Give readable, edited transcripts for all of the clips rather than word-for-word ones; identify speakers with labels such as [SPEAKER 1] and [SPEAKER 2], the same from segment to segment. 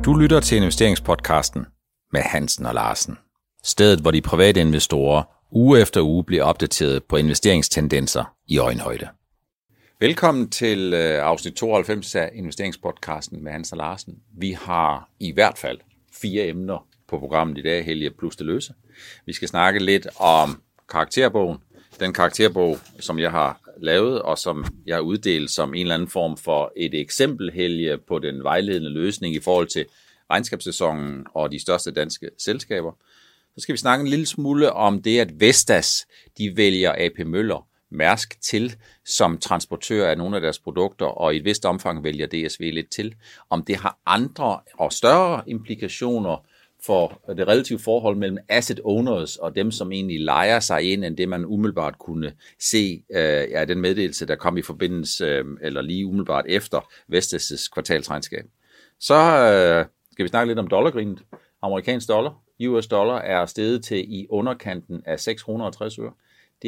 [SPEAKER 1] Du lytter til investeringspodcasten med Hansen og Larsen. Stedet, hvor de private investorer uge efter uge bliver opdateret på investeringstendenser i øjenhøjde. Velkommen til afsnit 92 af investeringspodcasten med Hansen og Larsen. Vi har i hvert fald 4 emner på programmet i dag, Helge plus det løse. Vi skal snakke lidt om karakterbogen. Den karakterbog, som jeg har lavet, og som jeg har uddelt som en eller anden form for et eksempel, Helge, på den vejledende løsning i forhold til regnskabssæsonen og de største danske selskaber. Så skal vi snakke en lille smule om det, at Vestas, de vælger AP Møller Mærsk til som transportør af nogle af deres produkter, og i et vist omfang vælger DSV lidt til. Om det har andre og større implikationer for det relative forhold mellem asset owners og dem, som egentlig lejer sig ind, end det man umiddelbart kunne se af den meddelelse, der kom i forbindelse, eller lige umiddelbart efter Vestas' kvartalsregnskab. Så skal vi snakke lidt om dollargrinet. Amerikansk dollar, US dollar, er steget til i underkanten af 6 kroner og 60 øre.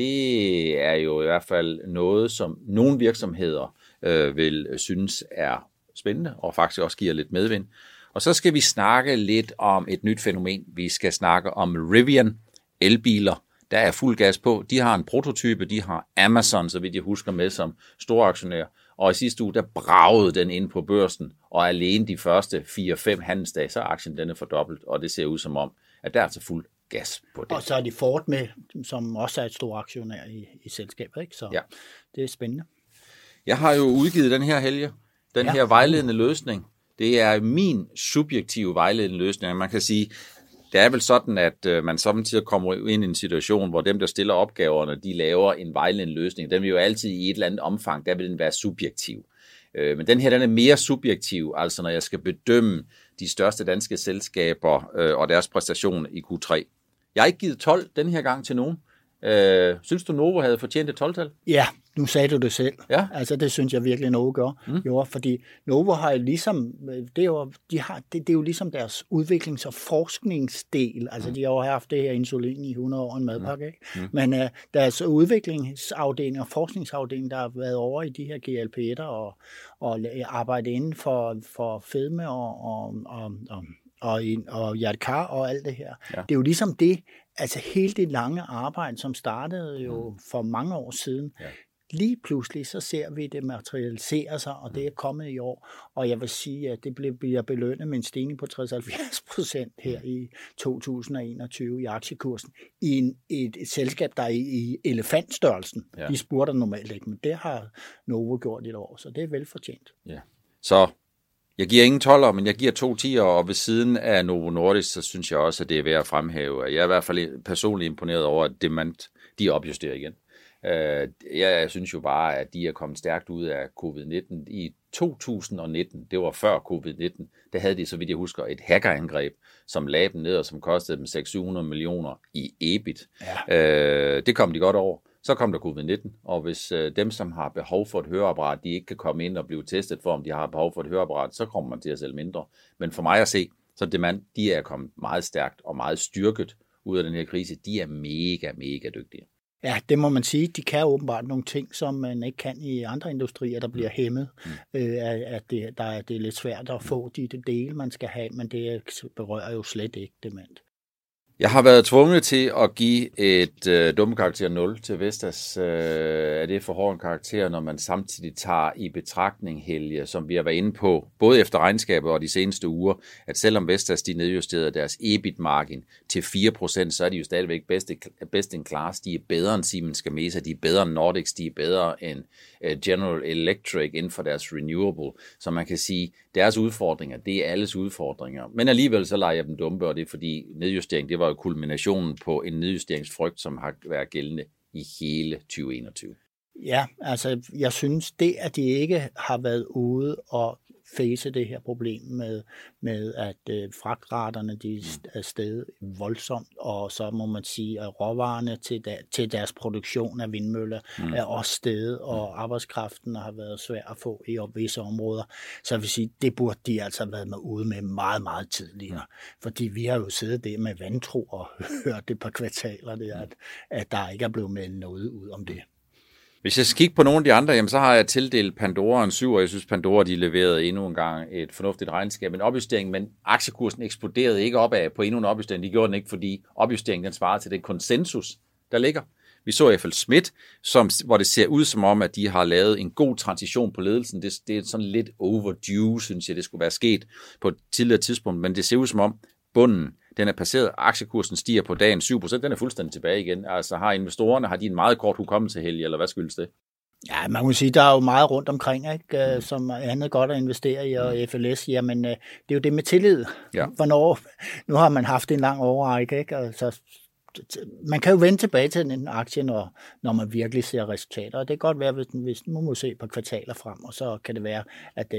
[SPEAKER 1] Det er jo i hvert fald noget, som nogle virksomheder vil synes er spændende, og faktisk også giver lidt medvind. Og så skal vi snakke lidt om et nyt fænomen. Vi skal snakke om Rivian elbiler. Der er fuld gas på. De har en prototype, de har Amazon, så vidt jeg husker, med som storaktionær. Og i sidste uge, der bragede den ind på børsen, og alene de første 4-5 handelsdage, så er aktien den er fordoblet, og det ser ud som om, at der er altså fuld gas på det.
[SPEAKER 2] Og så er de Ford med, som også er et storaktionær i selskabet, ikke? Så ja. Det er spændende.
[SPEAKER 1] Jeg har jo udgivet den her, Helge, her vejledende løsning. Det er min subjektive vejledende løsning. Man kan sige, det er vel sådan, at man samtidig kommer ind i en situation, hvor dem, der stiller opgaverne, de laver en vejledende løsning. Den vil jo altid i et eller andet omfang, der vil den være subjektiv. Men den her, den er mere subjektiv, altså når jeg skal bedømme de største danske selskaber og deres præstation i Q3. Jeg har ikke givet 12 den her gang til nogen. Synes du, Novo havde fortjent et 12-tal?
[SPEAKER 2] Ja, nu sagde du det selv.
[SPEAKER 1] Ja.
[SPEAKER 2] Altså, det synes jeg virkelig, Novo gør. Jo, fordi Novo har jo ligesom, det er jo ligesom deres udviklings- og forskningsdel. Altså, de har jo haft det her insulin i 100 år, en madpakke, ikke? Men deres udviklingsafdeling og forskningsafdeling, der har været over i de her GLP-1'er og arbejde inden for fedme og hjertekar og alt det her. Ja. Det er jo ligesom det, altså hele det lange arbejde, som startede jo for mange år siden. Ja. Lige pludselig så ser vi det materialisere sig, og det er kommet i år. Og jeg vil sige, at det bliver belønnet med en stigning på 60-70% her i 2021 i aktiekursen. I et selskab, der er i elefantstørrelsen. Ja. De spurgte normalt ikke, men det har Novo gjort i et år, så det er velfortjent. Ja.
[SPEAKER 1] Så jeg giver ingen 12'er, men jeg giver 2 10'er, og ved siden af Novo Nordisk, så synes jeg også, at det er værd at fremhæve. Jeg er i hvert fald personligt imponeret over, at Demant, de opjusterer igen. Jeg synes jo bare, at de er kommet stærkt ud af covid-19. I 2019, det var før covid-19, der havde de, så vidt jeg husker, et hackerangreb, som lagde dem ned, og som kostede dem 600 millioner i EBIT. Ja. Det kom de godt over. Så kom der covid-19, og hvis dem, som har behov for et høreapparat, de ikke kan komme ind og blive testet for, om de har behov for et høreapparat, så kommer man til at sælge mindre. Men for mig at se, så de er kommet meget stærkt og meget styrket ud af den her krise. De er mega, mega dygtige.
[SPEAKER 2] Ja, det må man sige. De kan åbenbart nogle ting, som man ikke kan i andre industrier, der bliver hæmmet. At det er lidt svært at få de dele, man skal have, men det berører jo slet ikke Demant.
[SPEAKER 1] Jeg har været tvunget til at give et dumme karakter 0 til Vestas. Er det for hård en karakter, når man samtidig tager i betragtning, Helge, som vi har været inde på, både efter regnskabet og de seneste uger, at selvom Vestas de nedjusterede deres EBIT-margin til 4%, så er de jo stadigvæk best in class. De er bedre end Siemens Gamesa, de er bedre end Nordics, de er bedre end General Electric inden for deres renewable. Så man kan sige, deres udfordringer, det er alles udfordringer. Men alligevel så lader jeg dem dumpe, og det er fordi nedjustering, det var jo kulminationen på en nedjusteringsfrygt, som har været gældende i hele 2021.
[SPEAKER 2] Ja, altså jeg synes, det at de ikke har været ude og face det her problem med at fragtraterne de er steget voldsomt, og så må man sige, at råvarerne til deres produktion af vindmøller er også steget, og arbejdskraften har været svær at få i visse områder. Så jeg vil sige, det burde de altså have været med ude med meget, meget tidligere. Fordi vi har jo siddet der med vantro og hørt det på kvartaler, at der ikke er blevet meldt noget ud om det.
[SPEAKER 1] Hvis jeg skal kigge på nogle af de andre, jamen, så har jeg tildelt Pandora en 7, og jeg synes, Pandora de leverede endnu en gang et fornuftigt regnskab. En opjustering, men aktiekursen eksploderede ikke opad på endnu en opjustering. De gjorde den ikke, fordi opjusteringen den svarer til det konsensus, der ligger. Vi så FLSmidth, hvor det ser ud som om, at de har lavet en god transition på ledelsen. Det er sådan lidt overdue, synes jeg, det skulle være sket på et tidligere tidspunkt, men det ser ud som om bunden, den er passeret, aktiekursen stiger på dagen 7%, den er fuldstændig tilbage igen. Altså har investorerne, har de en meget kort hukommelse, Helge, eller hvad skyldes det?
[SPEAKER 2] Ja, man må sige, der er jo meget rundt omkring, ikke, som andet godt at investere i, og FLS, jamen det er jo det med tillid. Ja. Hvornår, nu har man haft en lang overrække, ikke? Altså, man kan jo vende tilbage til en aktie, når man virkelig ser resultater, og det kan godt være, hvis man må se på kvartaler frem, og så kan det være, at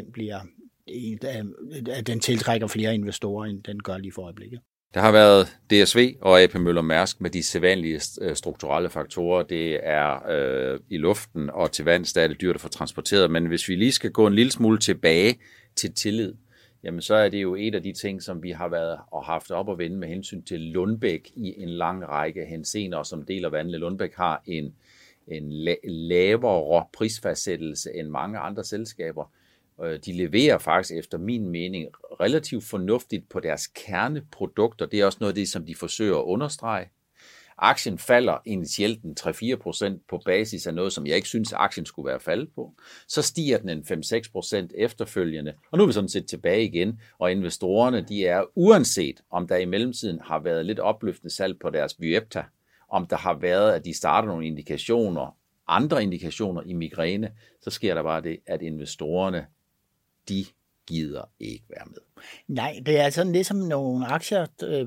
[SPEAKER 2] den tiltrækker flere investorer, end den gør lige for øjeblikket.
[SPEAKER 1] Der har været DSV og AP Møller Mærsk med de sædvanlige strukturelle faktorer. Det er i luften og til vands, der er det dyrt at få transporteret. Men hvis vi lige skal gå en lille smule tilbage til tillid, jamen så er det jo et af de ting, som vi har været og haft op at vende med hensyn til Lundbeck i en lang række henseender, som deler vandene. Lundbeck har en lavere prisfastsættelse end mange andre selskaber. De leverer faktisk efter min mening relativt fornuftigt på deres kerneprodukter. Det er også noget af det, som de forsøger at understrege. Aktien falder initielt 3-4% på basis af noget, som jeg ikke synes, aktien skulle være faldet på. Så stiger den 5-6% efterfølgende. Og nu er vi sådan set tilbage igen, og investorerne, de er uanset, om der i mellemtiden har været lidt opløftende salg på deres Vyepta, om der har været, at de starter nogle indikationer, andre indikationer i migræne, så sker der bare det, at investorerne, de gider ikke være med.
[SPEAKER 2] Nej, det er sådan ligesom nogle aktier,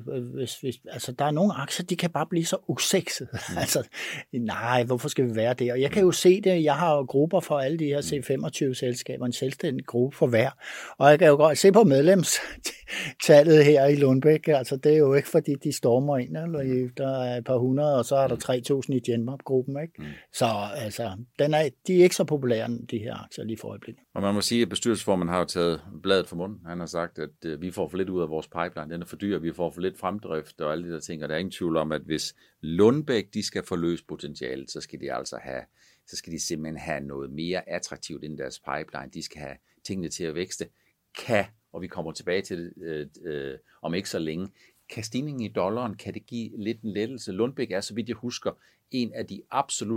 [SPEAKER 2] altså der er nogle aktier, de kan bare blive så usexede. Altså, nej, hvorfor skal vi være det? Og jeg kan jo se det, jeg har jo grupper for alle de her C25-selskaber, en selvstændig gruppe for hver, og jeg kan jo godt se på medlemstallet her i Lundbeck, altså det er jo ikke fordi, de stormer ind, eller der er et par hundrede, og så er der 3.000 i Genmap-gruppen, ikke? Så altså, de er ikke så populære, de her aktier lige for øjeblikket.
[SPEAKER 1] Og man må sige, at bestyrelsesformanden har jo taget bladet for munden. Han har sagt, at vi får for lidt ud af vores pipeline, den er for dyr, vi får for lidt fremdrift og alle de der ting, og der er ingen tvivl om, at hvis Lundbeck, de skal forløse potentialet, så skal de simpelthen have noget mere attraktivt i deres pipeline, de skal have tingene til at vækste, og vi kommer tilbage til det om ikke så længe, kan stigningen i dollaren, kan det give lidt en lettelse? Lundbeck er, så vidt jeg husker, en af de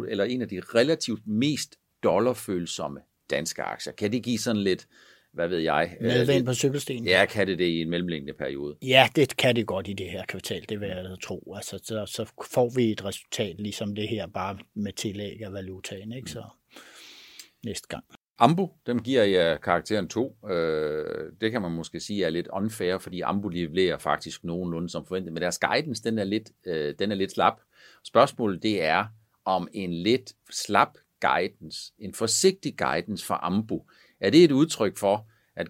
[SPEAKER 1] relativt mest dollarfølsomme danske aktier. Kan det give sådan lidt, hvad ved jeg?
[SPEAKER 2] Medvind på cykelstenen.
[SPEAKER 1] Ja, kan det i en mellemliggende periode?
[SPEAKER 2] Ja, det kan det godt i det her kvartal, det vil jeg tro. Altså, så får vi et resultat ligesom det her, bare med tillæg af valutaen, ikke? Så næste gang.
[SPEAKER 1] Ambu, dem giver jeg karakteren 2. Det kan man måske sige er lidt unfair, fordi Ambu leverer faktisk nogenlunde som forventet. Men deres guidance, den er lidt slap. Spørgsmålet det er, om en lidt slap guidance, en forsigtig guidance for Ambu, er det et udtryk for, at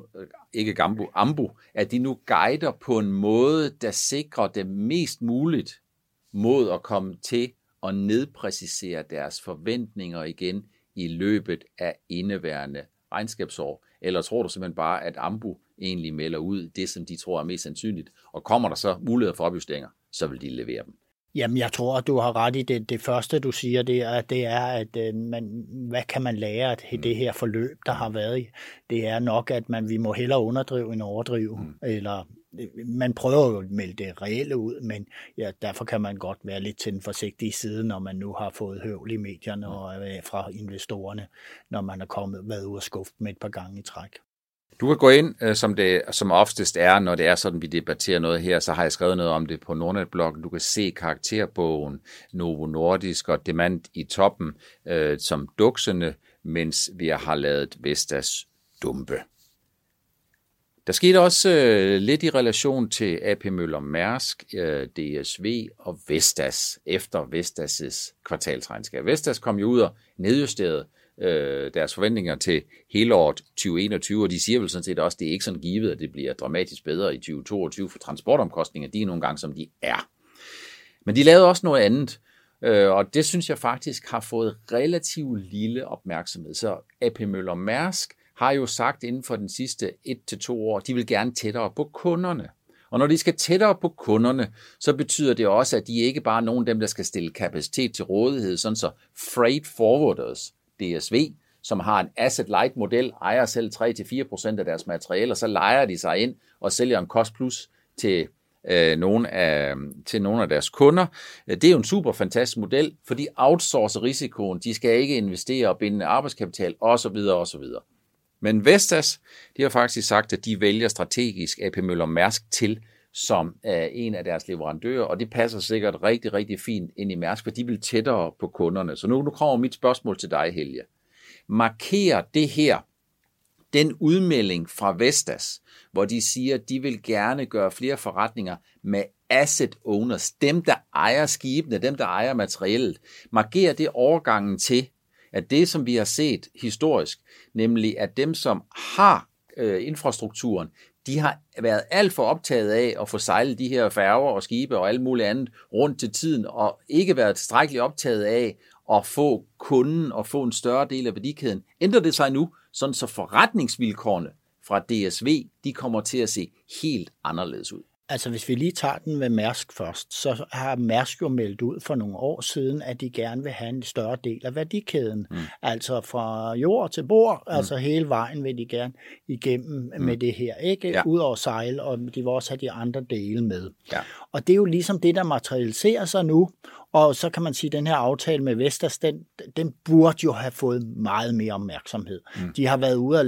[SPEAKER 1] Ambu, at de nu guider på en måde, der sikrer dem mest muligt mod at komme til at nedpræcisere deres forventninger igen i løbet af indeværende regnskabsår? Eller tror du simpelthen bare, at Ambu egentlig melder ud det, som de tror er mest sandsynligt, og kommer der så muligheder for opjusteringer, så vil de levere dem?
[SPEAKER 2] Jamen, jeg tror, at du har ret i det. Det første, du siger, det er, at hvad kan man lære af det her forløb, der har været i? Det er nok, at vi må hellere underdrive end overdrive. Eller man prøver jo at melde det reelle ud, men ja, derfor kan man godt være lidt til den forsigtige side, når man nu har fået høvl i medierne og fra investorerne, når man har været ude og skuffe med et par gange i træk.
[SPEAKER 1] Du kan gå ind, som oftest er, når det er sådan, vi debatterer noget her, så har jeg skrevet noget om det på Nordnet-bloggen. Du kan se karakterbogen Novo Nordisk og Demant i toppen som duksene, mens vi har lavet Vestas dumpe. Der skete også lidt i relation til AP Møller Mærsk, DSV og Vestas efter Vestas' kvartalsregnskab. Vestas kom jo ud og nedjusterede deres forventninger til hele året 2021, og de siger vel sådan set også, at det er ikke sådan givet, at det bliver dramatisk bedre i 2022 for transportomkostninger. De er nogle gange, som de er. Men de lavede også noget andet, og det synes jeg faktisk har fået relativt lille opmærksomhed. Så AP Møller Mærsk har jo sagt inden for den sidste 1-2 år, de vil gerne tættere på kunderne. Og når de skal tættere på kunderne, så betyder det også, at de ikke bare er nogen af dem, der skal stille kapacitet til rådighed, sådan så freight forwarders, DSV, som har en asset-light model, ejer selv 3-4% af deres materiale, og så lejer de sig ind og sælger en cost plus til nogle af deres kunder. Det er jo en super fantastisk model, for de outsourcer risikoen, de skal ikke investere og binde arbejdskapital osv. osv. Men Vestas, de har faktisk sagt, at de vælger strategisk AP Møller Mærsk til som en af deres leverandører, og det passer sikkert rigtig, rigtig fint ind i Mærsk, for de vil tættere på kunderne. Så nu kommer mit spørgsmål til dig, Helge. Markerer det her den udmelding fra Vestas, hvor de siger, at de vil gerne gøre flere forretninger med asset owners, dem der ejer skibene, dem der ejer materiellet, markerer det overgangen til, at det som vi har set historisk, nemlig at dem som har infrastrukturen, de har været alt for optaget af at få sejlet de her færger og skibe og alt muligt andet rundt til tiden, og ikke været tilstrækkeligt optaget af at få kunden og få en større del af værdikæden. Ændrer det sig nu, sådan så forretningsvilkårene fra DSV, de kommer til at se helt anderledes ud?
[SPEAKER 2] Altså hvis vi lige tager den med Mærsk først, så har Mærsk jo meldt ud for nogle år siden, at de gerne vil have en større del af værdikæden. Altså fra jord til bord, altså hele vejen vil de gerne igennem med det her, ikke? Ja. Udover sejl, og de vil også have de andre dele med. Ja. Og det er jo ligesom det, der materialiserer sig nu. Og så kan man sige, at den her aftale med Vestas, den burde jo have fået meget mere opmærksomhed. De har været ude at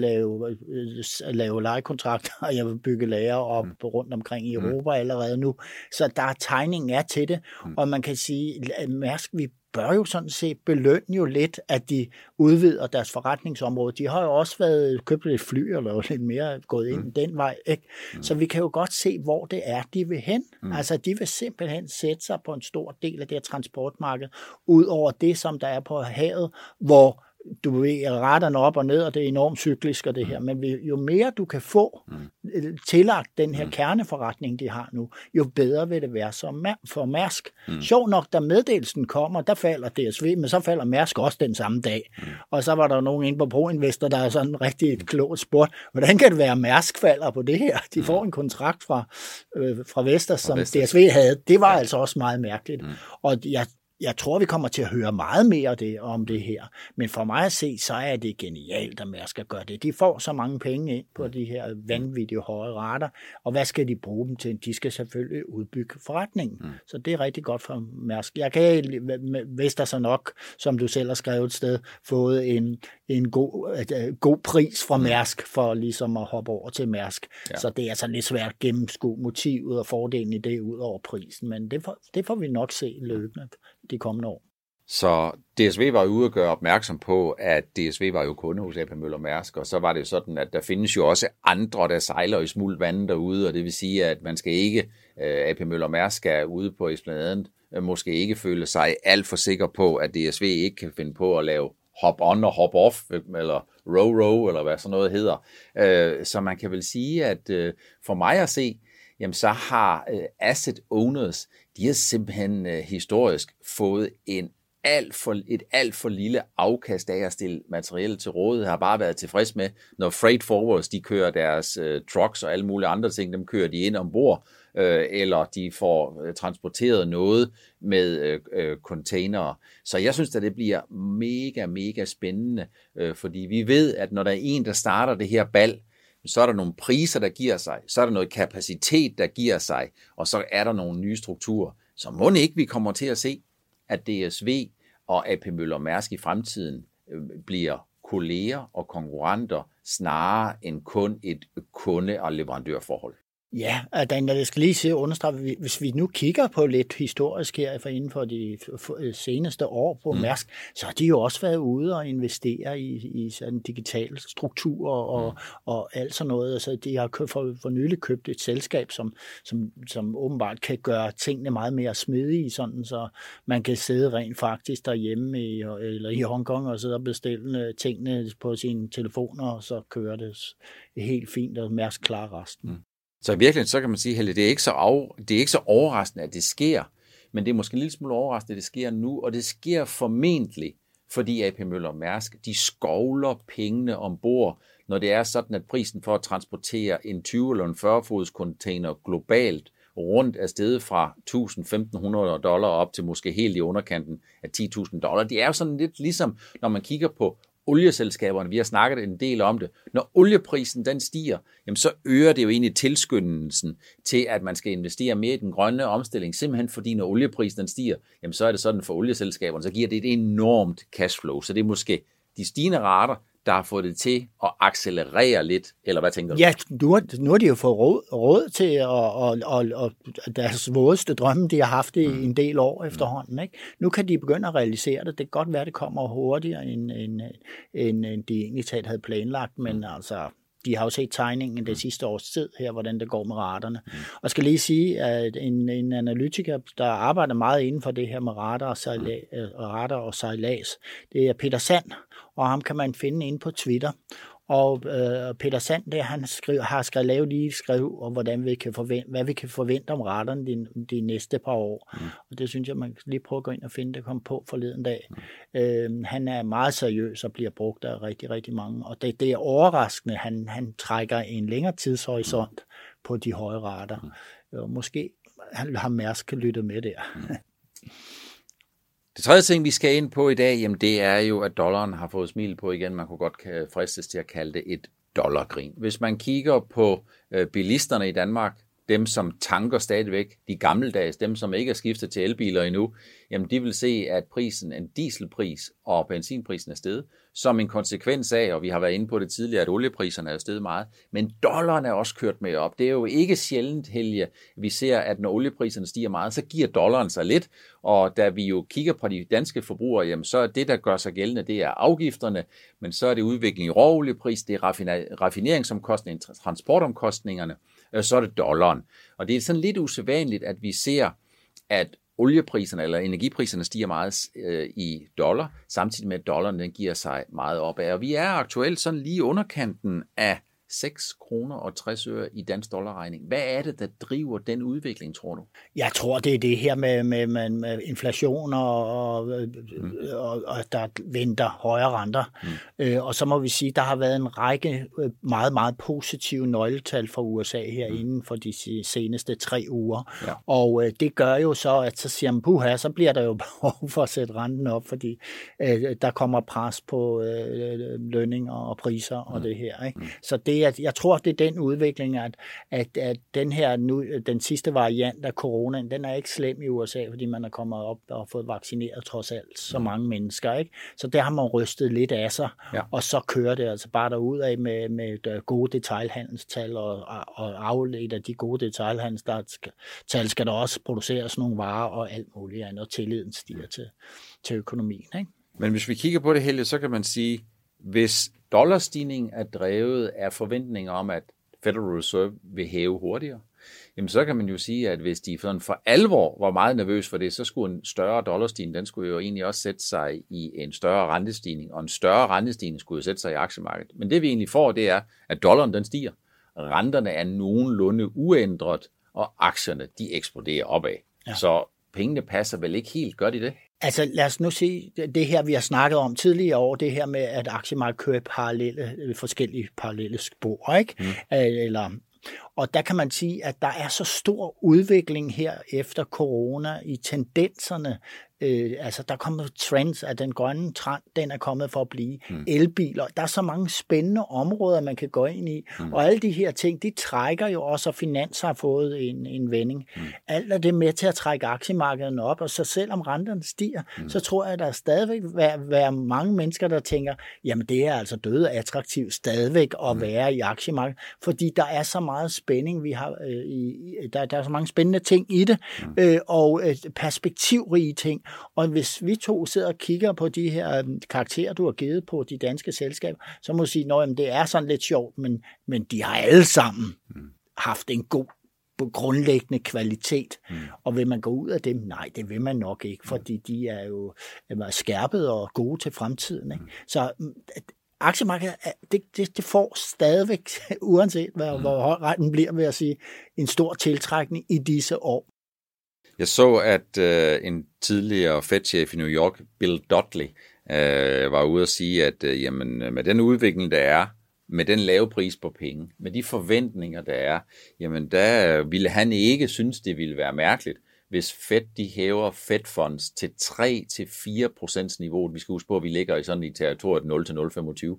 [SPEAKER 2] lave lejekontrakter, og jeg vil bygge lager op rundt omkring i Europa allerede nu. Så der er tegningen er til det, og man kan sige, at Mærsk, vi bør jo sådan set belønne jo lidt, at de udvider deres forretningsområde. De har jo også været købt lidt fly og lidt mere gået ind den vej, ikke? Så vi kan jo godt se, hvor det er, de vil hen. Altså, de vil simpelthen sætte sig på en stor del af det her transportmarked, ud over det, som der er på havet, hvor du ved, retterne op og ned, og det er enormt cyklisk og det her, men jo mere du kan få tillagt den her kerneforretning, de har nu, jo bedre vil det være for Mærsk. Sjov nok, da meddelelsen kommer, der falder DSV, men så falder Mærsk også den samme dag. Og så var der nogen inde på ProInvestor, der er sådan rigtig et klogt spurgt, hvordan kan det være, Mærsk falder på det her? De får en kontrakt fra Vestas, som DSV havde. Det var altså også meget mærkeligt. Og jeg tror, vi kommer til at høre meget mere om det her. Men for mig at se, så er det genialt, at Mærsk skal gøre det. De får så mange penge ind på de her vanvittige høje rater. Og hvad skal de bruge dem til? De skal selvfølgelig udbygge forretningen. Så det er rigtig godt for Mærsk. Jeg kan, hvis der så nok, som du selv har skrevet et sted, fået en god pris fra Mærsk for ligesom at hoppe over til Mærsk. Ja. Så det er altså lidt svært at gennemskue motivet og fordelen i det ud over prisen. Men det får vi nok se løbende de kommende år.
[SPEAKER 1] Så DSV var jo ude at gøre opmærksom på, at DSV var jo kunde hos AP Møller Mærsk, og så var det jo sådan, at der findes jo også andre, der sejler i smult vand derude, og det vil sige, at man skal ikke, AP Møller Mærsk er ude på Esplanaden, måske ikke føle sig alt for sikker på, at DSV ikke kan finde på at lave hop on og hop off, eller row, eller hvad sådan noget hedder. Så man kan vel sige, at for mig at se, jamen så har asset owners, de har simpelthen historisk fået et alt for lille afkast af at stille materiale til rådighed, har bare været tilfreds med, når freight forwarders, de kører deres trucks og alle mulige andre ting, dem kører de ind ombord, eller de får transporteret noget med containere. Så jeg synes, at det bliver mega spændende, fordi vi ved, at når der er en, der starter det her bal, så er der nogle priser, der giver sig, så er der noget kapacitet, der giver sig, og så er der nogle nye strukturer. Så må ikke vi kommer til at se, at DSV og AP Møller Mærsk i fremtiden bliver kolleger og konkurrenter, snarere end kun et kunde- og leverandørforhold.
[SPEAKER 2] Ja, jeg skal lige understrege, hvis vi nu kigger på lidt historisk her for inden for de seneste år på Mærsk, så har de jo også været ude og investere i sådan digitale strukturer og alt sådan noget. Altså, de har for nylig købt et selskab, som åbenbart kan gøre tingene meget mere smidige, sådan, så man kan sidde rent faktisk derhjemme eller i Hongkong og sidde og bestille tingene på sine telefoner, og så kører det helt fint, og Mærsk klarer resten.
[SPEAKER 1] Så i virkeligheden, så kan man sige, at det er ikke så overraskende, at det sker, men det er måske en lille smule overraskende, at det sker nu, og det sker formentlig, fordi AP Møller Mærsk, de skovler pengene ombord, når det er sådan, at prisen for at transportere en 20 eller en 40-fods container globalt rundt er steget fra $1.500 op til måske helt i underkanten af $10.000. Det er jo sådan lidt ligesom, når man kigger på olieselskaberne, vi har snakket en del om det. Når olieprisen den stiger, jamen så øger det jo egentlig tilskyndelsen til, at man skal investere mere i den grønne omstilling, simpelthen fordi når olieprisen den stiger, jamen så er det sådan for olieselskaberne, så giver det et enormt cashflow. Så det er måske de stigende rater, der har fået det til at accelerere lidt, eller hvad tænker du?
[SPEAKER 2] Ja, nu har de jo fået råd til og deres vådeste drømme, de har haft det i en del år efterhånden. Ikke? Nu kan de begynde at realisere det. Det kan godt være, at det kommer hurtigere, end de egentlig talt havde planlagt, men altså, de har jo set tegningen det sidste års tid her, hvordan det går med raterne. Og skal lige sige, at en analytiker, der arbejder meget inden for det her med radar og sejlads, det er Peter Sand, og ham kan man finde inde på Twitter. Og Peter Sand, han har skrevet om, hvordan hvad vi kan forvente om radaren de næste par år. Og det synes jeg, man kan lige prøve at gå ind og finde, det kom på forleden dag. Han er meget seriøs og bliver brugt af rigtig, rigtig mange. Og det er overraskende, han trækker en længere tidshorisont på de høje radar. Måske har Mærsk lyttet med der.
[SPEAKER 1] Det tredje ting, vi skal ind på i dag, jamen det er jo, at dollaren har fået smil på igen. Man kunne godt fristes til at kalde det et dollargrin. Hvis man kigger på bilisterne i Danmark, dem som tanker stadigvæk, de gammeldags, dem som ikke er skiftet til elbiler endnu, jamen de vil se, at prisen, en dieselpris og benzinprisen er steget, som en konsekvens af, og vi har været inde på det tidligere, at oliepriserne er steget meget, men dollaren er også kørt med op. Det er jo ikke sjældent, Helge, vi ser, at når oliepriserne stiger meget, så giver dollaren sig lidt, og da vi jo kigger på de danske forbrugere, jamen så er det, der gør sig gældende, det er afgifterne, men så er det udvikling i råoliepris, det er raffineringsomkostninger, transportomkostningerne, så er det dollaren. Og det er sådan lidt usædvanligt, at vi ser, at oliepriserne eller energipriserne stiger meget i dollar, samtidig med at dollaren den giver sig meget opad. Og vi er aktuelt sådan lige underkanten af 6 kroner og 60 øre i dansk dollarregning. Hvad er det, der driver den udvikling, tror du?
[SPEAKER 2] Jeg tror, det er det her med inflation og der venter højere renter. Og så må vi sige, der har været en række meget, meget positive nøgletal fra USA her inden for de seneste 3 uger. Ja. Og det gør jo så, at så siger man, puha, så bliver der jo behov for at sætte renten op, fordi der kommer pres på lønninger og priser og det her. Ikke? Så det jeg tror, det er den udvikling, at den her nu, den sidste variant af coronaen, den er ikke slem i USA, fordi man er kommet op og fået vaccineret trods alt så mange mennesker. Ikke? Så der har man rystet lidt af sig, og så kører det altså bare derudad med gode detailhandelstal, og afledt af de gode detailhandelstal skal der også produceres nogle varer og alt muligt andet, og tilliden stiger til økonomien. Ikke?
[SPEAKER 1] Men hvis vi kigger på det, Helge, så kan man sige, hvis dollarstigningen er drevet af forventninger om, at Federal Reserve vil hæve hurtigere, jamen så kan man jo sige, at hvis de for alvor var meget nervøs for det, så skulle en større dollarstigning, den skulle jo egentlig også sætte sig i en større rentestigning, og en større rentestigning skulle jo sætte sig i aktiemarkedet. Men det vi egentlig får, det er, at dollaren den stiger, renterne er nogenlunde uændret, og aktierne de eksploderer opad. Ja. Så pengene passer vel ikke helt, gør de det?
[SPEAKER 2] Altså lad os nu se det her, vi har snakket om tidligere år, det her med, at aktiemarkedet kører forskellige parallelle spor, ikke? Og der kan man sige, at der er så stor udvikling her efter corona i tendenserne. Altså der kommer trends, at den grønne trend, den er kommet for at blive. Elbiler, der er så mange spændende områder, man kan gå ind i. Og alle de her ting, de trækker jo også, og finans har fået en vending. Alt er det med til at trække aktiemarkedet op, og så selvom renterne stiger, så tror jeg, at der stadigvæk være mange mennesker, der tænker, jamen det er altså døde attraktivt stadigvæk at være i aktiemarkedet, fordi der er så meget spænding, vi har der er så mange spændende ting i det, og perspektivrige ting. Og hvis vi to sidder og kigger på de her karakterer, du har givet på de danske selskaber, så må du sige, at det er sådan lidt sjovt, men de har alle sammen haft en god grundlæggende kvalitet. Og vil man gå ud af dem? Nej, det vil man nok ikke, fordi de er jo skærpet og gode til fremtiden. Ikke? Så aktiemarkedet, det får stadigvæk, uanset hvor høj renten bliver, vil jeg sige, en stor tiltrækning i disse år.
[SPEAKER 1] Jeg så, at en tidligere Fed-chef i New York, Bill Dudley, var ude at sige, at jamen, med den udvikling, der er med den lave pris på penge, med de forventninger, der er, jamen der ville han ikke synes, det ville være mærkeligt, hvis Fed de hæver Fed Funds til 3-4% niveau. Vi skal huske på, at vi ligger i sådan i territoriet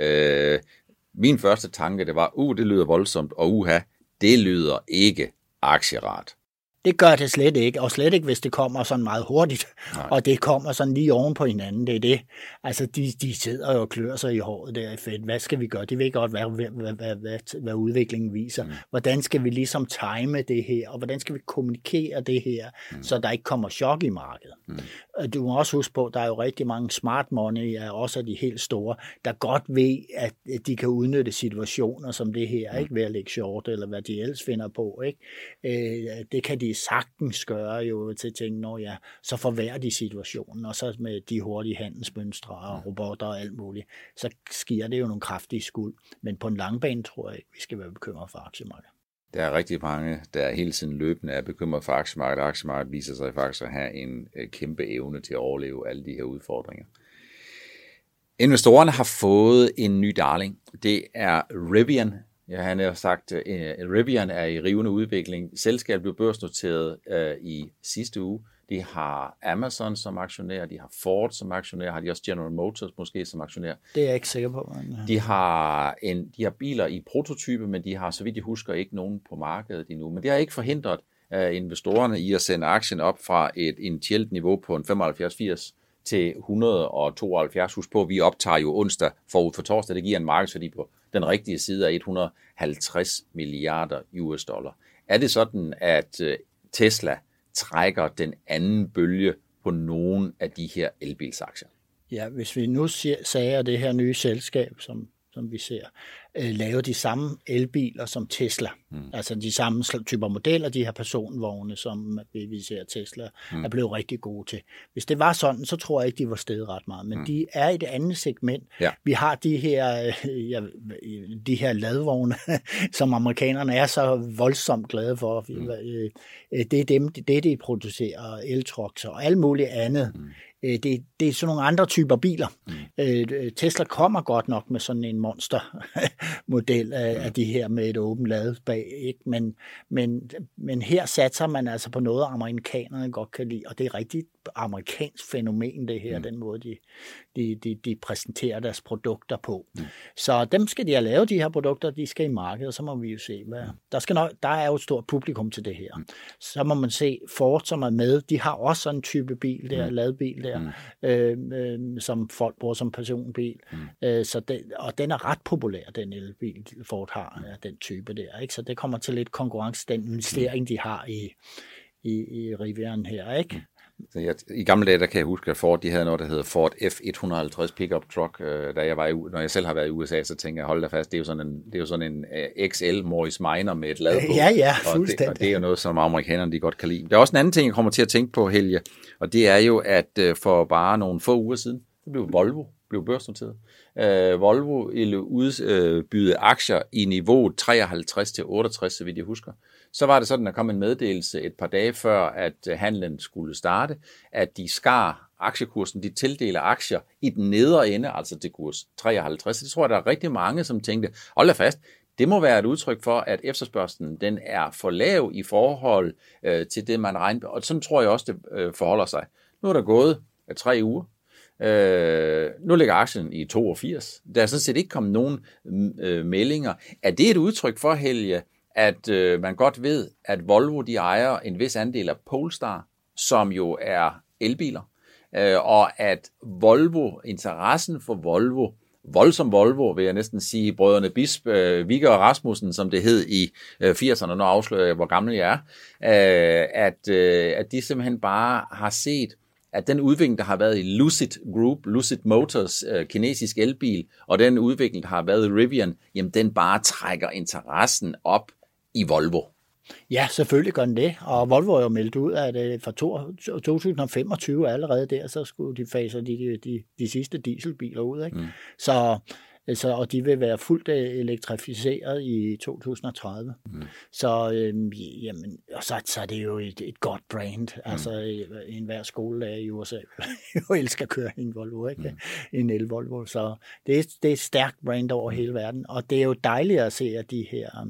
[SPEAKER 1] 0-0,25. Min første tanke, det var, det lyder voldsomt, og det lyder ikke aktieret.
[SPEAKER 2] Det gør det slet ikke, og slet ikke, hvis det kommer sådan meget hurtigt,
[SPEAKER 1] Nej.
[SPEAKER 2] Og det kommer sådan lige oven på hinanden, det er det. Altså, de sidder jo og klør sig i håret der i Fed. Hvad skal vi gøre? De ved godt, hvad udviklingen viser. Hvordan skal vi ligesom time det her, og hvordan skal vi kommunikere det her, så der ikke kommer chok i markedet. Du må også huske på, at der er jo rigtig mange smart money, også af de helt store, der godt ved, at de kan udnytte situationer som det her, ikke ved at lægge short, eller hvad de ellers finder på, ikke? Det kan de sagtens gøre jo til ting, så forværrer de situationen, og så med de hurtige handelsmønstre og robotter og alt muligt, så sker det jo nogle kraftige skuld. Men på en lang bane tror jeg ikke, vi skal være bekymret for aktiemarkedet.
[SPEAKER 1] Der er rigtig mange, der hele tiden løbende er bekymret for aktiemarkedet. Aktiemarkedet viser sig faktisk at have en kæmpe evne til at overleve alle de her udfordringer. Investorerne har fået en ny darling. Det er Rivian. Ja, han har sagt, at Rivian er i rivende udvikling. Selskabet blev børsnoteret i sidste uge. De har Amazon som aktionær, de har Ford som aktionær, har de også General Motors måske som aktionær.
[SPEAKER 2] Det er jeg ikke sikker på. Men...
[SPEAKER 1] De har biler i prototype, men de har, så vidt jeg husker, ikke nogen på markedet endnu. Men det har ikke forhindret investorerne i at sende aktien op fra et initielt niveau på en 75-80 til 172. Husk på, vi optager jo onsdag forud for torsdag. Det giver en markedsværdi på den rigtige side af 150 milliarder US dollar. Er det sådan, at Tesla trækker den anden bølge på nogle af de her elbilsaktier?
[SPEAKER 2] Ja, hvis vi nu sagde, at det her nye selskab, som vi ser, lave de samme elbiler som Tesla. Altså de samme typer modeller, de her personvogne, som vi ser Tesla er blevet rigtig gode til. Hvis det var sådan, så tror jeg ikke, de var steget ret meget. Men de er i det andet segment. Ja. Vi har de her ladvogne, som amerikanerne er så voldsomt glade for. Det er dem, de producerer, eltrucks og alt muligt andet. Det er sådan nogle andre typer biler. Tesla kommer godt nok med sådan en monstermodel af de her med et åbent lade bag, ikke? Men her satser man altså på noget, amerikanerne godt kan lide, og det er rigtig amerikansk fænomen, det her, den måde, de præsenterer deres produkter på. Så dem skal de have lavet, de her produkter, de skal i markedet, og så må vi jo se, hvad... Der er jo et stort publikum til det her. Så må man se, Ford, som er med, de har også sådan en type bil der, ladbil der, som folk bruger som personbil. Og den er ret populær, den elbil, Ford har, den type der, ikke? Så det kommer til lidt konkurrence, den investering, de har i Rivian her, ikke?
[SPEAKER 1] I gamle dage, der kan jeg huske, at Ford, de havde noget, der hedder Ford F-150 pickup truck. Når jeg selv har været i USA, så tænker jeg, hold da fast, det er jo sådan en XL Morris Minor med et lad på.
[SPEAKER 2] Ja, fuldstændig.
[SPEAKER 1] Og det er jo noget, som amerikanerne de godt kan lide. Der er også en anden ting, jeg kommer til at tænke på, Helge, og det er jo, at for bare nogle få uger siden, så blev Volvo børsnoteret. Volvo ville udbyde aktier i niveauet 53-68, så vidt jeg husker. Så var det sådan, at der kom en meddelelse et par dage før, at handlen skulle starte, at de skar aktiekursen, de tildeler aktier i den nedre ende, altså til kurs 53. Det tror jeg, der er rigtig mange, som tænkte, hold da fast, det må være et udtryk for, at efterspørgslen den er for lav i forhold til det, man regner. Og sådan tror jeg også, det forholder sig. Nu er der gået 3 uger. Nu ligger aktien i 82. Der er sådan set ikke kommet nogen meldinger. Er det et udtryk for, Helge, at man godt ved, at Volvo de ejer en vis andel af Polestar, som jo er elbiler, og at interessen for voldsom Volvo, vil jeg næsten sige, brødrene Bisp, Viggo og Rasmussen, som det hed i 80'erne, nu afslører jeg, hvor gammel jeg er, at de simpelthen bare har set, at den udvikling, der har været i Lucid Motors, kinesisk elbil, og den udvikling, der har været i Rivian, jamen den bare trækker interessen op i Volvo.
[SPEAKER 2] Ja, selvfølgelig gør den det, og Volvo er jo meldt ud, at fra 2025 allerede der, så skulle de fase de sidste dieselbiler ud, ikke? Så og de vil være fuldt elektrificeret i 2030. Så, så er det jo et godt brand. Altså enhver skolelærer i USA jo elsker at køre en Volvo, ikke? En el-Volvo. Så det er et stærkt brand over hele verden, og det er jo dejligt at se, at de her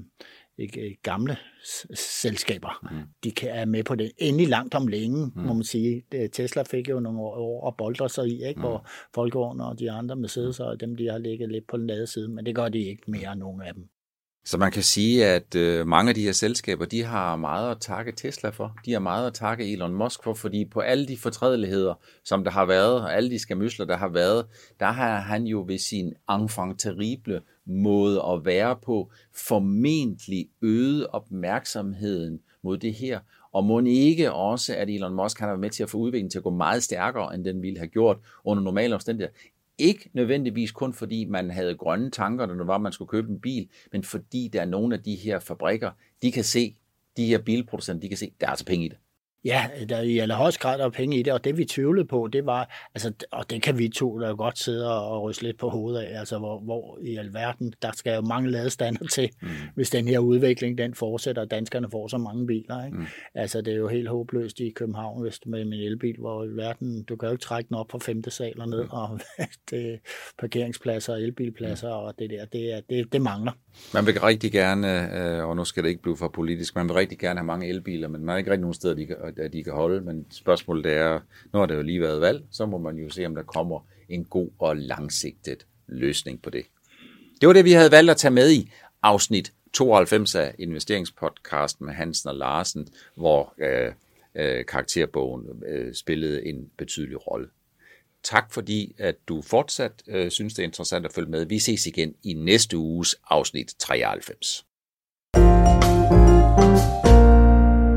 [SPEAKER 2] gamle selskaber, de er med på det. Endelig langt om længe, må man sige. Tesla fik jo nogle år at boldre sig i, ikke? Hvor Folkevogn og de andre Mercedes og dem, de har ligget lidt på den lade side, men det gør de ikke mere, nogen af dem.
[SPEAKER 1] Så man kan sige, at mange af de her selskaber, de har meget at takke Tesla for. De har meget at takke Elon Musk for, fordi på alle de fortrædeligheder, som der har været, og alle de skamysler, der har været, der har han jo ved sin enfant terrible måde at være på, formentlig øget opmærksomheden mod det her. Og må ikke også, at Elon Musk har været med til at få udviklingen til at gå meget stærkere, end den ville have gjort under normale omstændigheder. Ikke nødvendigvis kun fordi man havde grønne tanker, når det var, man skulle købe en bil, men fordi der er nogle af de her fabrikker, de kan se, de her bilproducenter, de kan se, der er altså penge i det.
[SPEAKER 2] Ja, der er i allerhøjst grad der er penge i det, og det vi tvivlede på, det var, altså, og det kan vi to der godt sidde og ryste lidt på hovedet af, altså hvor i alverden, der skal jo mange ladestander til, hvis den her udvikling, den fortsætter, og danskerne får så mange biler, ikke? Altså det er jo helt håbløst i København, hvis du med min elbil, hvor i verden, du kan jo ikke trække den op på 5. sal og ned, og det parkeringspladser og elbilpladser, og det mangler.
[SPEAKER 1] Man vil rigtig gerne, og nu skal det ikke blive for politisk, man vil rigtig gerne have mange elbiler, men man har ikke rigtig nogen steder, de kan holde, men spørgsmålet er, nu har det jo lige været valg, så må man jo se, om der kommer en god og langsigtet løsning på det. Det var det, vi havde valgt at tage med i afsnit 92 af investeringspodcasten med Hansen og Larsen, hvor karakterbogen spillede en betydelig rolle. Tak fordi, at du fortsat synes, det er interessant at følge med. Vi ses igen i næste uges afsnit 93.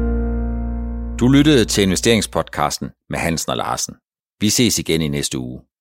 [SPEAKER 1] Du lyttede til investeringspodcasten med Hansen og Larsen. Vi ses igen i næste uge.